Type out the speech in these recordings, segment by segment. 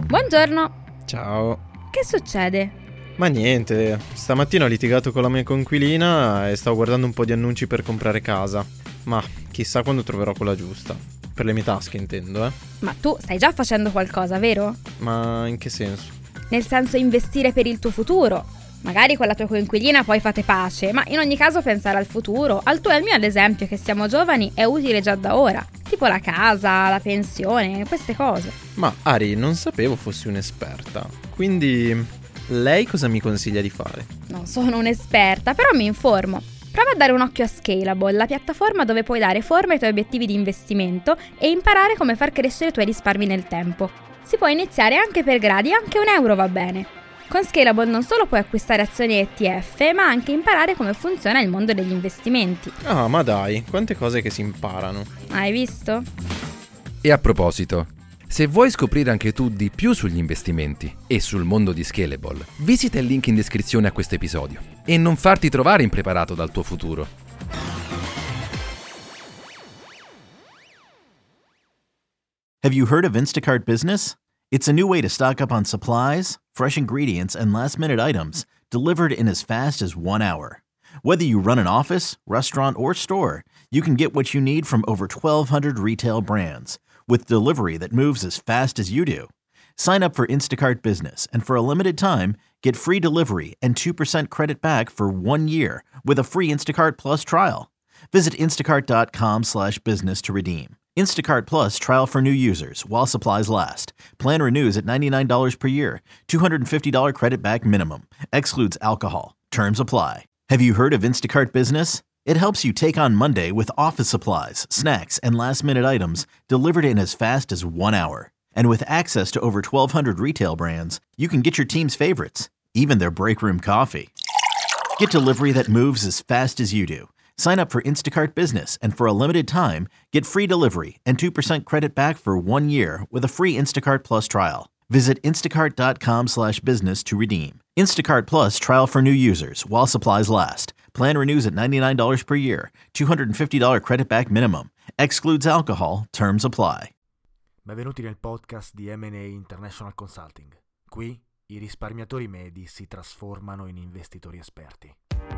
Buongiorno. Ciao. Che succede? Ma niente, stamattina ho litigato con la mia coinquilina e stavo guardando un po' di annunci per comprare casa. Ma chissà quando troverò quella giusta. Per le mie tasche intendo, eh. Ma tu stai già facendo qualcosa, vero? Ma in che senso? Nel senso investire per il tuo futuro. Magari con la tua coinquilina poi fate pace, ma in ogni caso pensare al futuro, al tuo e al mio ad esempio, che siamo giovani, è utile già da ora. Tipo la casa, la pensione, queste cose. Ma Ari, non sapevo fossi un'esperta. Quindi, lei cosa mi consiglia di fare? Non sono un'esperta, però mi informo. Prova a dare un occhio a Scalable, la piattaforma dove puoi dare forma ai tuoi obiettivi di investimento e imparare come far crescere i tuoi risparmi nel tempo. Si può iniziare anche per gradi, anche €1 va bene. Con Scalable non solo puoi acquistare azioni e ETF, ma anche imparare come funziona il mondo degli investimenti. Ah, ma dai, quante cose che si imparano. Hai visto? E a proposito, se vuoi scoprire anche tu di più sugli investimenti e sul mondo di Scalable, visita il link in descrizione a questo episodio e non farti trovare impreparato dal tuo futuro. Have you heard of Instacart Business? It's a new way to stock up on supplies, fresh ingredients, and last-minute items delivered in as fast as 1 hour. Whether you run an office, restaurant, or store, you can get what you need from over 1,200 retail brands with delivery that moves as fast as you do. Sign up for Instacart Business and for a limited time, get free delivery and 2% credit back for 1 year with a free Instacart Plus trial. Visit instacart.com/business to redeem. Instacart Plus trial for new users while supplies last. Plan renews at $99 per year. $250 credit back minimum. Excludes alcohol. Terms apply. Have you heard of Instacart Business? It helps you take on Monday with office supplies, snacks, and last-minute items delivered in as fast as 1 hour. And with access to over 1,200 retail brands, you can get your team's favorites, even their break room coffee. Get delivery that moves as fast as you do. Sign up for Instacart Business and for a limited time, get free delivery and 2% credit back for 1 year with a free Instacart Plus trial. Visit instacart.com/business to redeem. Instacart Plus trial for new users while supplies last. Plan renews at $99 per year. $250 credit back minimum. Excludes alcohol. Terms apply. Benvenuti nel podcast di M&A International Consulting. Qui i risparmiatori medi si trasformano in investitori esperti.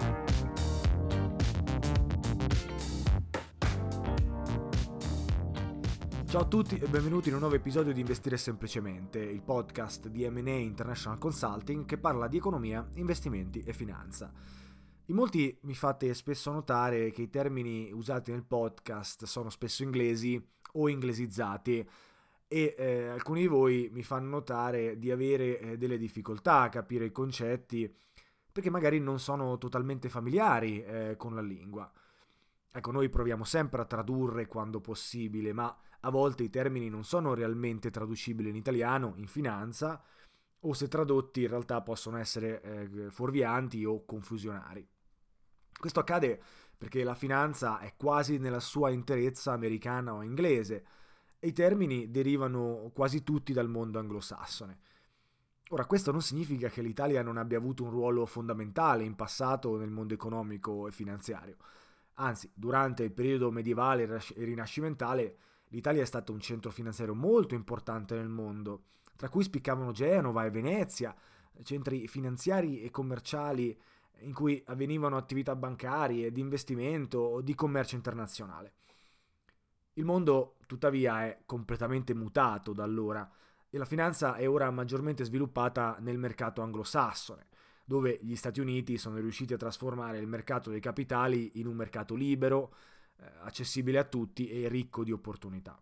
Ciao a tutti e benvenuti in un nuovo episodio di Investire Semplicemente, il podcast di M&A International Consulting che parla di economia, investimenti e finanza. In molti mi fate spesso notare che i termini usati nel podcast sono spesso inglesi o inglesizzati e alcuni di voi mi fanno notare di avere delle difficoltà a capire i concetti perché magari non sono totalmente familiari con la lingua. Ecco, noi proviamo sempre a tradurre quando possibile, ma a volte i termini non sono realmente traducibili in italiano, in finanza, o se tradotti in realtà possono essere fuorvianti o confusionari. Questo accade perché la finanza è quasi nella sua interezza americana o inglese e i termini derivano quasi tutti dal mondo anglosassone. Ora, questo non significa che l'Italia non abbia avuto un ruolo fondamentale in passato nel mondo economico e finanziario. Anzi, durante il periodo medievale e rinascimentale, l'Italia è stato un centro finanziario molto importante nel mondo, tra cui spiccavano Genova e Venezia, centri finanziari e commerciali in cui avvenivano attività bancarie, di investimento o di commercio internazionale. Il mondo, tuttavia, è completamente mutato da allora e la finanza è ora maggiormente sviluppata nel mercato anglosassone, dove gli Stati Uniti sono riusciti a trasformare il mercato dei capitali in un mercato libero, accessibile a tutti e ricco di opportunità.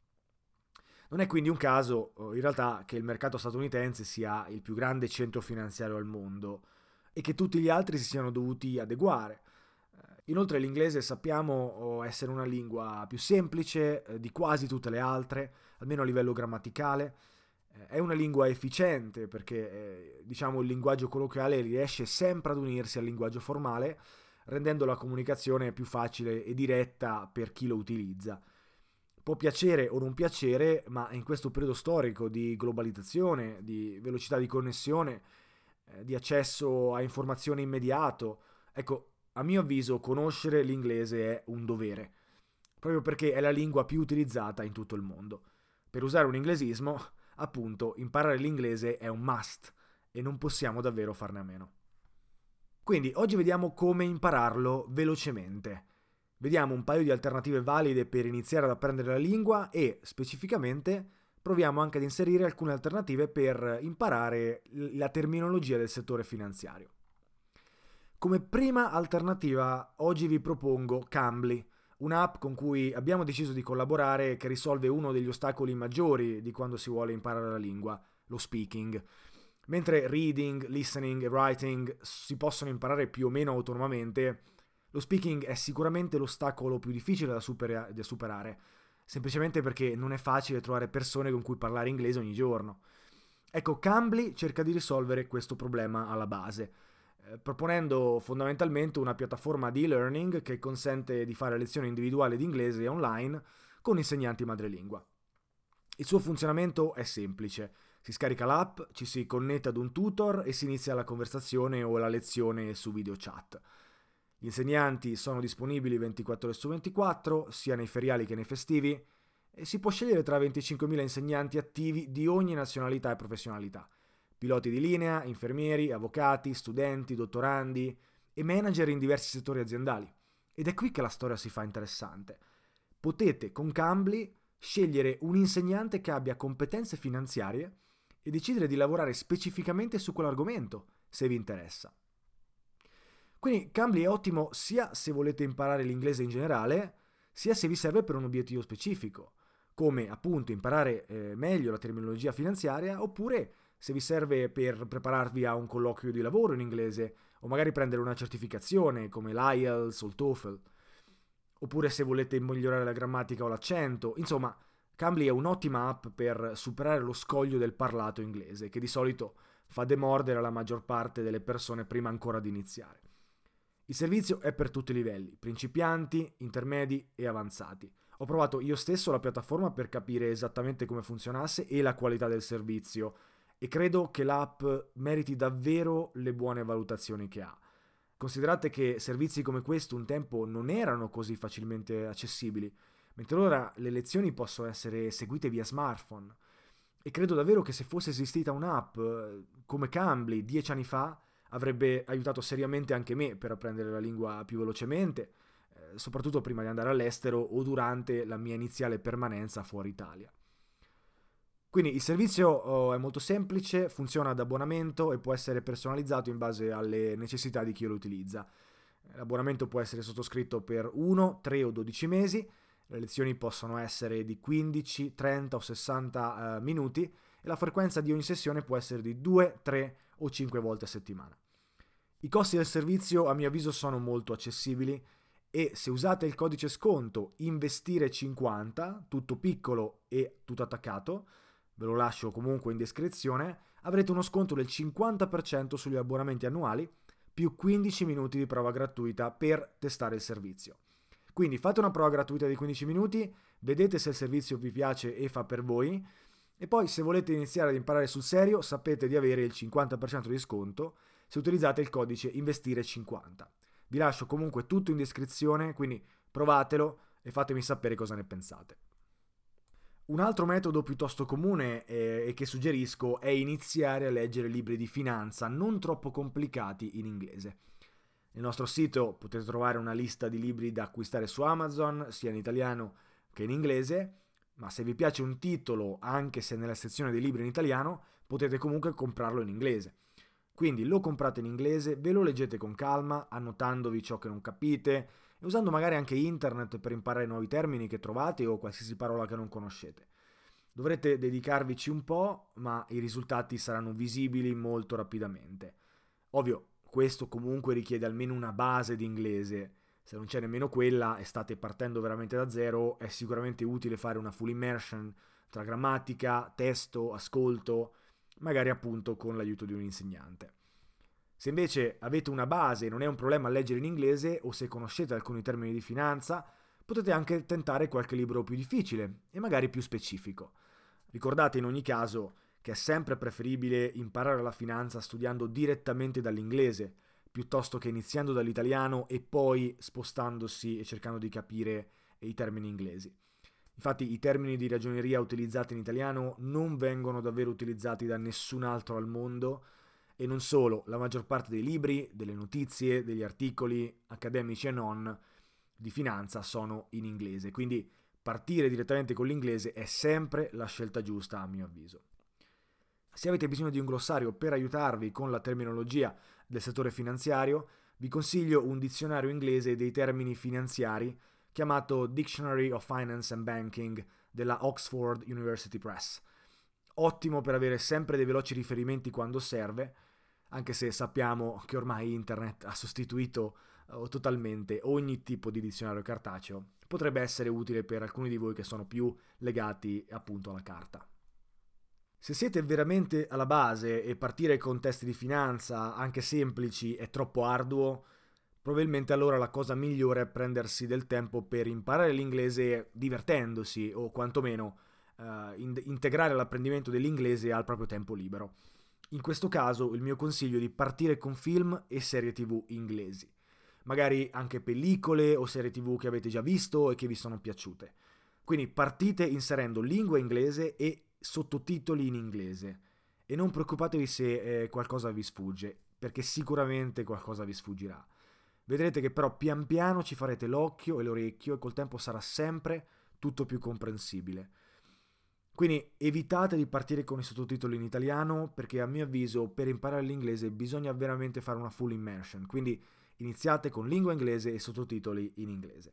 Non è quindi un caso, in realtà, che il mercato statunitense sia il più grande centro finanziario al mondo e che tutti gli altri si siano dovuti adeguare. Inoltre l'inglese sappiamo essere una lingua più semplice di quasi tutte le altre, almeno a livello grammaticale. È una lingua efficiente perché il linguaggio colloquiale riesce sempre ad unirsi al linguaggio formale, rendendo la comunicazione più facile e diretta per chi lo utilizza. Può piacere o non piacere, ma in questo periodo storico di globalizzazione, di velocità di connessione, di accesso a informazione immediato, ecco, a mio avviso conoscere l'inglese è un dovere, proprio perché è la lingua più utilizzata in tutto il mondo. Per usare un inglesismo, appunto, imparare l'inglese è un must e non possiamo davvero farne a meno. Quindi oggi vediamo come impararlo velocemente. Vediamo un paio di alternative valide per iniziare ad apprendere la lingua e, specificamente, proviamo anche ad inserire alcune alternative per imparare la terminologia del settore finanziario. Come prima alternativa, oggi vi propongo Cambly, un'app con cui abbiamo deciso di collaborare che risolve uno degli ostacoli maggiori di quando si vuole imparare la lingua, lo speaking. Mentre reading, listening e writing si possono imparare più o meno autonomamente, lo speaking è sicuramente l'ostacolo più difficile da superare, semplicemente perché non è facile trovare persone con cui parlare inglese ogni giorno. Ecco, Cambly cerca di risolvere questo problema alla base, proponendo fondamentalmente una piattaforma di e-learning che consente di fare lezioni individuali di inglese online con insegnanti madrelingua. Il suo funzionamento è semplice: si scarica l'app, ci si connette ad un tutor e si inizia la conversazione o la lezione su video chat. Gli insegnanti sono disponibili 24 ore su 24, sia nei feriali che nei festivi, e si può scegliere tra 25.000 insegnanti attivi di ogni nazionalità e professionalità: piloti di linea, infermieri, avvocati, studenti, dottorandi e manager in diversi settori aziendali. Ed è qui che la storia si fa interessante. Potete con Cambly scegliere un insegnante che abbia competenze finanziarie e decidere di lavorare specificamente su quell'argomento, se vi interessa. Quindi Cambly è ottimo sia se volete imparare l'inglese in generale, sia se vi serve per un obiettivo specifico, come appunto imparare meglio la terminologia finanziaria, oppure se vi serve per prepararvi a un colloquio di lavoro in inglese o magari prendere una certificazione come l'IELTS o il TOEFL, oppure se volete migliorare la grammatica o l'accento. Insomma, Cambly è un'ottima app per superare lo scoglio del parlato inglese, che di solito fa demordere alla maggior parte delle persone prima ancora di iniziare. Il servizio è per tutti i livelli, principianti, intermedi e avanzati. Ho provato io stesso la piattaforma per capire esattamente come funzionasse e la qualità del servizio, e credo che l'app meriti davvero le buone valutazioni che ha. Considerate che servizi come questo un tempo non erano così facilmente accessibili, mentre ora le lezioni possono essere seguite via smartphone. E credo davvero che se fosse esistita un'app come Cambly 10 anni fa avrebbe aiutato seriamente anche me per apprendere la lingua più velocemente, soprattutto prima di andare all'estero o durante la mia iniziale permanenza fuori Italia. Quindi il servizio è molto semplice, funziona ad abbonamento e può essere personalizzato in base alle necessità di chi lo utilizza. L'abbonamento può essere sottoscritto per 1, 3 o 12 mesi, le lezioni possono essere di 15, 30 o 60 minuti e la frequenza di ogni sessione può essere di 2, 3 o 5 volte a settimana. I costi del servizio a mio avviso sono molto accessibili e se usate il codice sconto investire50, tutto piccolo e tutto attaccato, ve lo lascio comunque in descrizione, avrete uno sconto del 50% sugli abbonamenti annuali più 15 minuti di prova gratuita per testare il servizio. Quindi fate una prova gratuita di 15 minuti, vedete se il servizio vi piace e fa per voi, e poi se volete iniziare ad imparare sul serio sapete di avere il 50% di sconto se utilizzate il codice investire50. Vi lascio comunque tutto in descrizione, quindi provatelo e fatemi sapere cosa ne pensate. Un altro metodo piuttosto comune e che suggerisco è iniziare a leggere libri di finanza non troppo complicati in inglese. Nel nostro sito potete trovare una lista di libri da acquistare su Amazon, sia in italiano che in inglese, ma se vi piace un titolo, anche se nella sezione dei libri in italiano, potete comunque comprarlo in inglese. Quindi lo comprate in inglese, ve lo leggete con calma, annotandovi ciò che non capite e usando magari anche internet per imparare nuovi termini che trovate o qualsiasi parola che non conoscete. Dovrete dedicarvici un po', ma i risultati saranno visibili molto rapidamente. Ovvio, questo comunque richiede almeno una base di inglese. Se non c'è nemmeno quella e state partendo veramente da zero, è sicuramente utile fare una full immersion tra grammatica, testo, ascolto, magari appunto con l'aiuto di un insegnante. Se invece avete una base e non è un problema leggere in inglese o se conoscete alcuni termini di finanza, potete anche tentare qualche libro più difficile e magari più specifico. Ricordate in ogni caso che è sempre preferibile imparare la finanza studiando direttamente dall'inglese, piuttosto che iniziando dall'italiano e poi spostandosi e cercando di capire i termini inglesi. Infatti i termini di ragioneria utilizzati in italiano non vengono davvero utilizzati da nessun altro al mondo, e non solo, la maggior parte dei libri, delle notizie, degli articoli accademici e non di finanza sono in inglese, quindi partire direttamente con l'inglese è sempre la scelta giusta a mio avviso. Se avete bisogno di un glossario per aiutarvi con la terminologia del settore finanziario, vi consiglio un dizionario inglese dei termini finanziari chiamato Dictionary of Finance and Banking della Oxford University Press. Ottimo per avere sempre dei veloci riferimenti quando serve, anche se sappiamo che ormai internet ha sostituito totalmente ogni tipo di dizionario cartaceo. Potrebbe essere utile per alcuni di voi che sono più legati appunto alla carta. Se siete veramente alla base e partire con testi di finanza, anche semplici, è troppo arduo, probabilmente allora la cosa migliore è prendersi del tempo per imparare l'inglese divertendosi o quantomeno integrare l'apprendimento dell'inglese al proprio tempo libero. In questo caso il mio consiglio è di partire con film e serie TV inglesi, magari anche pellicole o serie TV che avete già visto e che vi sono piaciute. Quindi partite inserendo lingua inglese e sottotitoli in inglese e non preoccupatevi se qualcosa vi sfugge, perché sicuramente qualcosa vi sfuggirà. Vedrete che però pian piano ci farete l'occhio e l'orecchio e col tempo sarà sempre tutto più comprensibile. Quindi evitate di partire con i sottotitoli in italiano, perché a mio avviso per imparare l'inglese bisogna veramente fare una full immersion, quindi iniziate con lingua inglese e sottotitoli in inglese.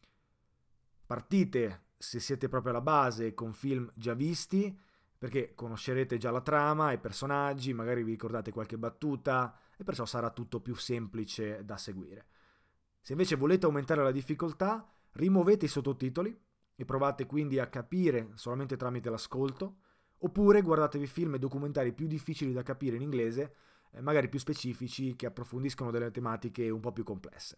Partite, se siete proprio alla base, con film già visti, perché conoscerete già la trama, i personaggi, magari vi ricordate qualche battuta e perciò sarà tutto più semplice da seguire. Se invece volete aumentare la difficoltà, rimuovete i sottotitoli e provate quindi a capire solamente tramite l'ascolto, oppure guardatevi film e documentari più difficili da capire in inglese, magari più specifici, che approfondiscono delle tematiche un po' più complesse.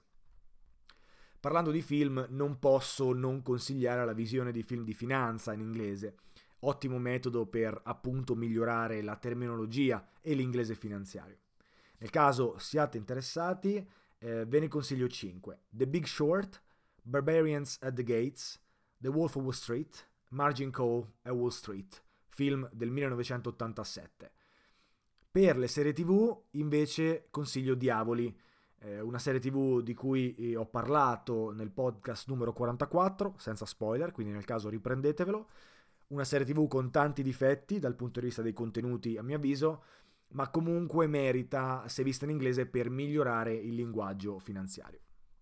Parlando di film, non posso non consigliare la visione di film di finanza in inglese, ottimo metodo per appunto migliorare la terminologia e l'inglese finanziario. Nel caso siate interessati, ve ne consiglio 5: The Big Short, Barbarians at the Gates, The Wolf of Wall Street, Margin Call e Wall Street, film del 1987. Per le serie TV invece consiglio Diavoli, una serie TV di cui ho parlato nel podcast numero 44, senza spoiler, quindi nel caso riprendetevelo. Una serie TV con tanti difetti dal punto di vista dei contenuti a mio avviso, ma comunque merita se vista in inglese per migliorare il linguaggio finanziario.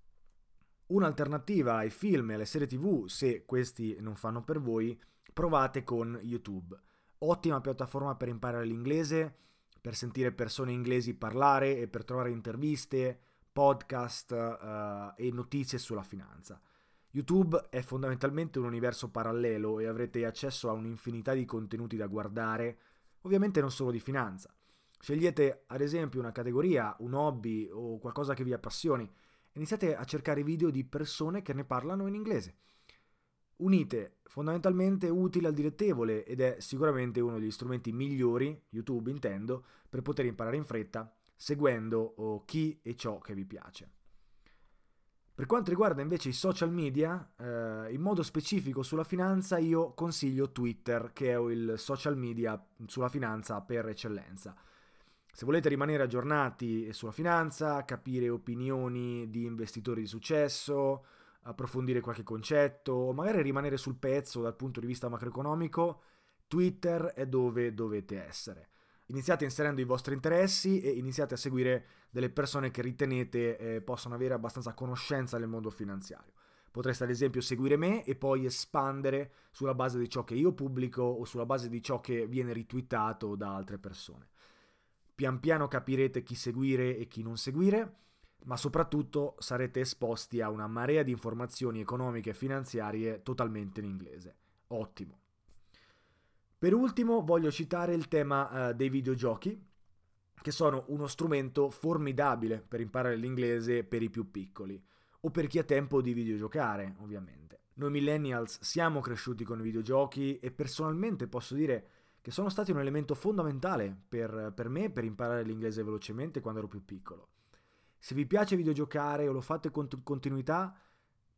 Un'alternativa ai film e alle serie TV, se questi non fanno per voi, provate con YouTube. Ottima piattaforma per imparare l'inglese, per sentire persone inglesi parlare e per trovare interviste, podcast e notizie sulla finanza. YouTube è fondamentalmente un universo parallelo e avrete accesso a un'infinità di contenuti da guardare, ovviamente non solo di finanza. Scegliete ad esempio una categoria, un hobby o qualcosa che vi appassioni. Iniziate a cercare video di persone che ne parlano in inglese. Unite, fondamentalmente utile al dilettevole, ed è sicuramente uno degli strumenti migliori, YouTube intendo, per poter imparare in fretta, seguendo chi e ciò che vi piace. Per quanto riguarda invece i social media, in modo specifico sulla finanza, io consiglio Twitter, che è il social media sulla finanza per eccellenza. Se volete rimanere aggiornati sulla finanza, capire opinioni di investitori di successo, approfondire qualche concetto, o magari rimanere sul pezzo dal punto di vista macroeconomico, Twitter è dove dovete essere. Iniziate inserendo i vostri interessi e iniziate a seguire delle persone che ritenete possano avere abbastanza conoscenza del mondo finanziario. Potreste ad esempio seguire me e poi espandere sulla base di ciò che io pubblico o sulla base di ciò che viene retweetato da altre persone. Pian piano capirete chi seguire e chi non seguire, ma soprattutto sarete esposti a una marea di informazioni economiche e finanziarie totalmente in inglese. Ottimo. Per ultimo voglio citare il tema dei videogiochi, che sono uno strumento formidabile per imparare l'inglese per i più piccoli, o per chi ha tempo di videogiocare, ovviamente. Noi millennials siamo cresciuti con i videogiochi e personalmente posso dire che sono stati un elemento fondamentale per me per imparare l'inglese velocemente quando ero più piccolo. Se vi piace videgiocare o lo fate con continuità,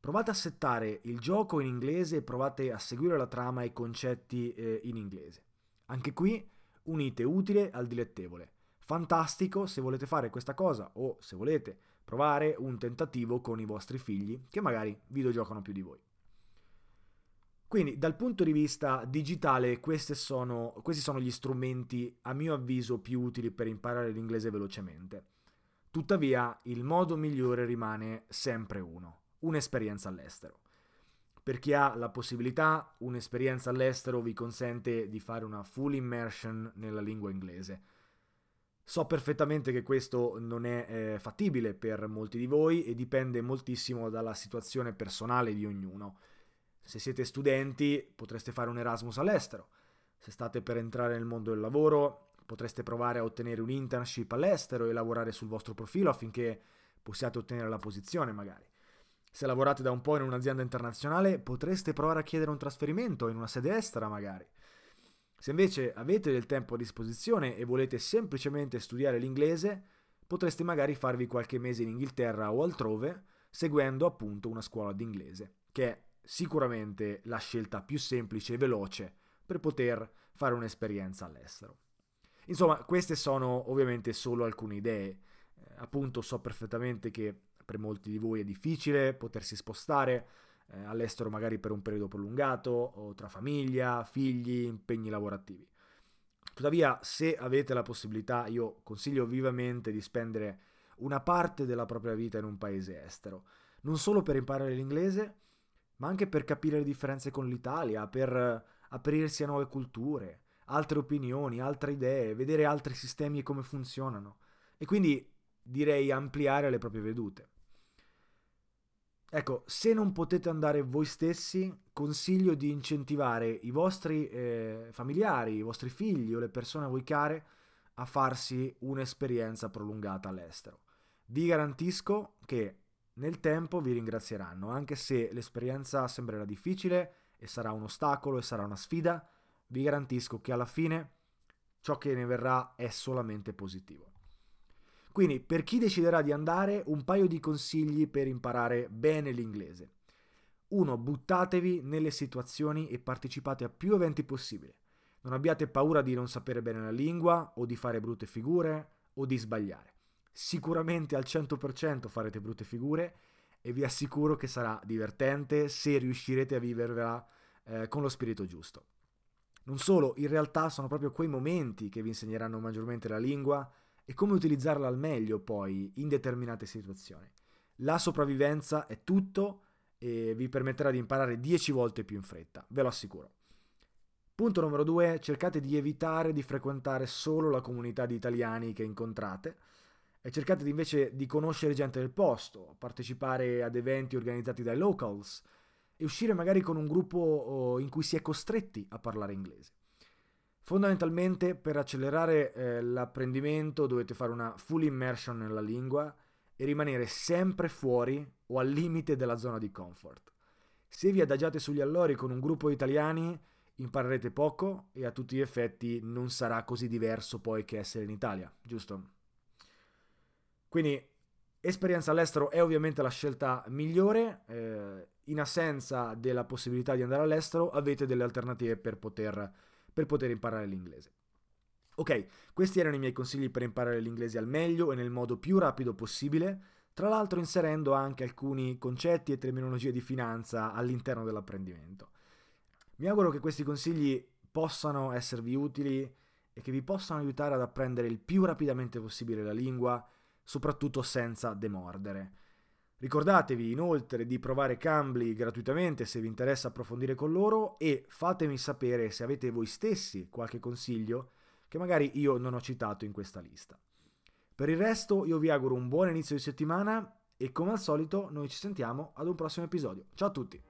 Provate a settare il gioco in inglese e provate a seguire la trama e i concetti in inglese. Anche qui unite utile al dilettevole. Fantastico se volete fare questa cosa o se volete provare un tentativo con i vostri figli che magari videogiocano più di voi. Quindi dal punto di vista digitale questi sono gli strumenti a mio avviso più utili per imparare l'inglese velocemente. Tuttavia il modo migliore rimane sempre un'esperienza all'estero. Per chi ha la possibilità, un'esperienza all'estero vi consente di fare una full immersion nella lingua inglese. So perfettamente che questo non è fattibile per molti di voi e dipende moltissimo dalla situazione personale di ognuno. Se siete studenti potreste fare un Erasmus all'estero. Se state per entrare nel mondo del lavoro potreste provare a ottenere un internship all'estero e lavorare sul vostro profilo affinché possiate ottenere la posizione magari. Se lavorate da un po' in un'azienda internazionale potreste provare a chiedere un trasferimento in una sede estera magari. Se invece avete del tempo a disposizione e volete semplicemente studiare l'inglese, potreste magari farvi qualche mese in Inghilterra o altrove seguendo appunto una scuola di inglese, che è sicuramente la scelta più semplice e veloce per poter fare un'esperienza all'estero. Insomma, queste sono ovviamente solo alcune idee. Appunto so perfettamente che per molti di voi è difficile potersi spostare all'estero magari per un periodo prolungato o tra famiglia, figli, impegni lavorativi. Tuttavia, se avete la possibilità, io consiglio vivamente di spendere una parte della propria vita in un paese estero, non solo per imparare l'inglese, ma anche per capire le differenze con l'Italia, per aprirsi a nuove culture, altre opinioni, altre idee, vedere altri sistemi e come funzionano, e quindi direi ampliare le proprie vedute. Ecco, se non potete andare voi stessi, consiglio di incentivare i vostri familiari, i vostri figli o le persone a voi care a farsi un'esperienza prolungata all'estero. Vi garantisco che nel tempo vi ringrazieranno, anche se l'esperienza sembrerà difficile e sarà un ostacolo e sarà una sfida, vi garantisco che alla fine ciò che ne verrà è solamente positivo. Quindi, per chi deciderà di andare, un paio di consigli per imparare bene l'inglese. 1. Buttatevi nelle situazioni e partecipate a più eventi possibili. Non abbiate paura di non sapere bene la lingua, o di fare brutte figure, o di sbagliare. Sicuramente al 100% farete brutte figure e vi assicuro che sarà divertente se riuscirete a vivervela con lo spirito giusto. Non solo, in realtà sono proprio quei momenti che vi insegneranno maggiormente la lingua e come utilizzarla al meglio poi in determinate situazioni. La sopravvivenza è tutto e vi permetterà di imparare 10 volte più in fretta, ve lo assicuro. Punto numero 2, cercate di evitare di frequentare solo la comunità di italiani che incontrate e cercate invece di conoscere gente del posto, partecipare ad eventi organizzati dai locals e uscire magari con un gruppo in cui si è costretti a parlare inglese. Fondamentalmente, per accelerare l'apprendimento dovete fare una full immersion nella lingua e rimanere sempre fuori o al limite della zona di comfort. Se vi adagiate sugli allori con un gruppo di italiani, imparerete poco e a tutti gli effetti non sarà così diverso poi che essere in Italia, giusto? Quindi, esperienza all'estero è ovviamente la scelta migliore. In assenza della possibilità di andare all'estero, avete delle alternative per poter imparare l'inglese. Ok, questi erano i miei consigli per imparare l'inglese al meglio e nel modo più rapido possibile, tra l'altro inserendo anche alcuni concetti e terminologie di finanza all'interno dell'apprendimento. Mi auguro che questi consigli possano esservi utili e che vi possano aiutare ad apprendere il più rapidamente possibile la lingua, soprattutto senza demordere. Ricordatevi inoltre di provare Cambly gratuitamente se vi interessa approfondire con loro e fatemi sapere se avete voi stessi qualche consiglio che magari io non ho citato in questa lista. Per il resto io vi auguro un buon inizio di settimana e come al solito noi ci sentiamo ad un prossimo episodio. Ciao a tutti!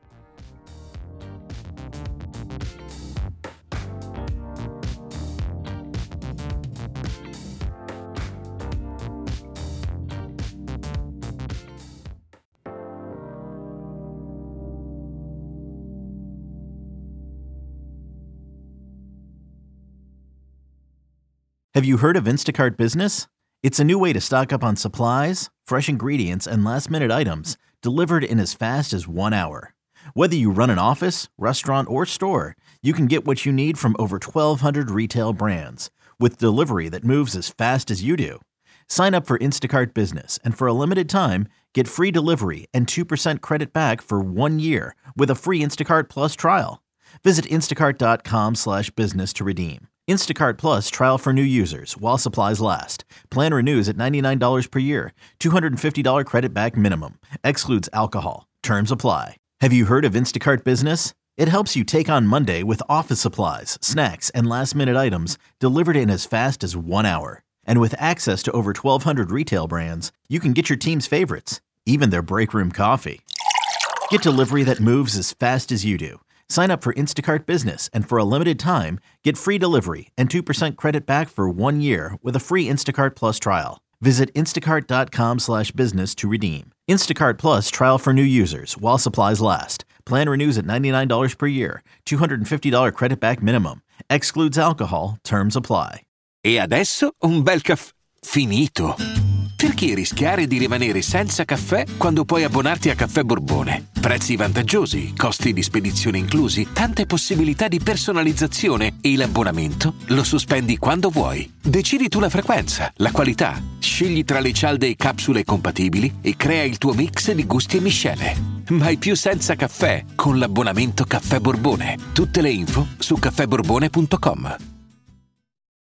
Have you heard of Instacart Business? It's a new way to stock up on supplies, fresh ingredients, and last-minute items delivered in as fast as 1 hour. Whether you run an office, restaurant, or store, you can get what you need from over 1,200 retail brands with delivery that moves as fast as you do. Sign up for Instacart Business, and for a limited time, get free delivery and 2% credit back for 1 year with a free Instacart Plus trial. Visit instacart.com/business to redeem. Instacart Plus trial for new users while supplies last. Plan renews at $99 per year. $250 credit back minimum. Excludes alcohol. Terms apply. Have you heard of Instacart Business? It helps you take on Monday with office supplies, snacks, and last-minute items delivered in as fast as 1 hour. And with access to over 1,200 retail brands, you can get your team's favorites, even their break room coffee. Get delivery that moves as fast as you do. Sign up for Instacart Business, and for a limited time, get free delivery and 2% credit back for 1 year with a free Instacart Plus trial. Visit instacart.com/business to redeem. Instacart Plus trial for new users while supplies last. Plan renews at $99 per year. $250 credit back minimum. Excludes alcohol. Terms apply. E adesso un bel caffè finito. Perché rischiare di rimanere senza caffè quando puoi abbonarti a Caffè Borbone? Prezzi vantaggiosi, costi di spedizione inclusi, tante possibilità di personalizzazione e l'abbonamento lo sospendi quando vuoi. Decidi tu la frequenza, la qualità, scegli tra le cialde e capsule compatibili e crea il tuo mix di gusti e miscele. Mai più senza caffè con l'abbonamento Caffè Borbone. Tutte le info su caffèborbone.com.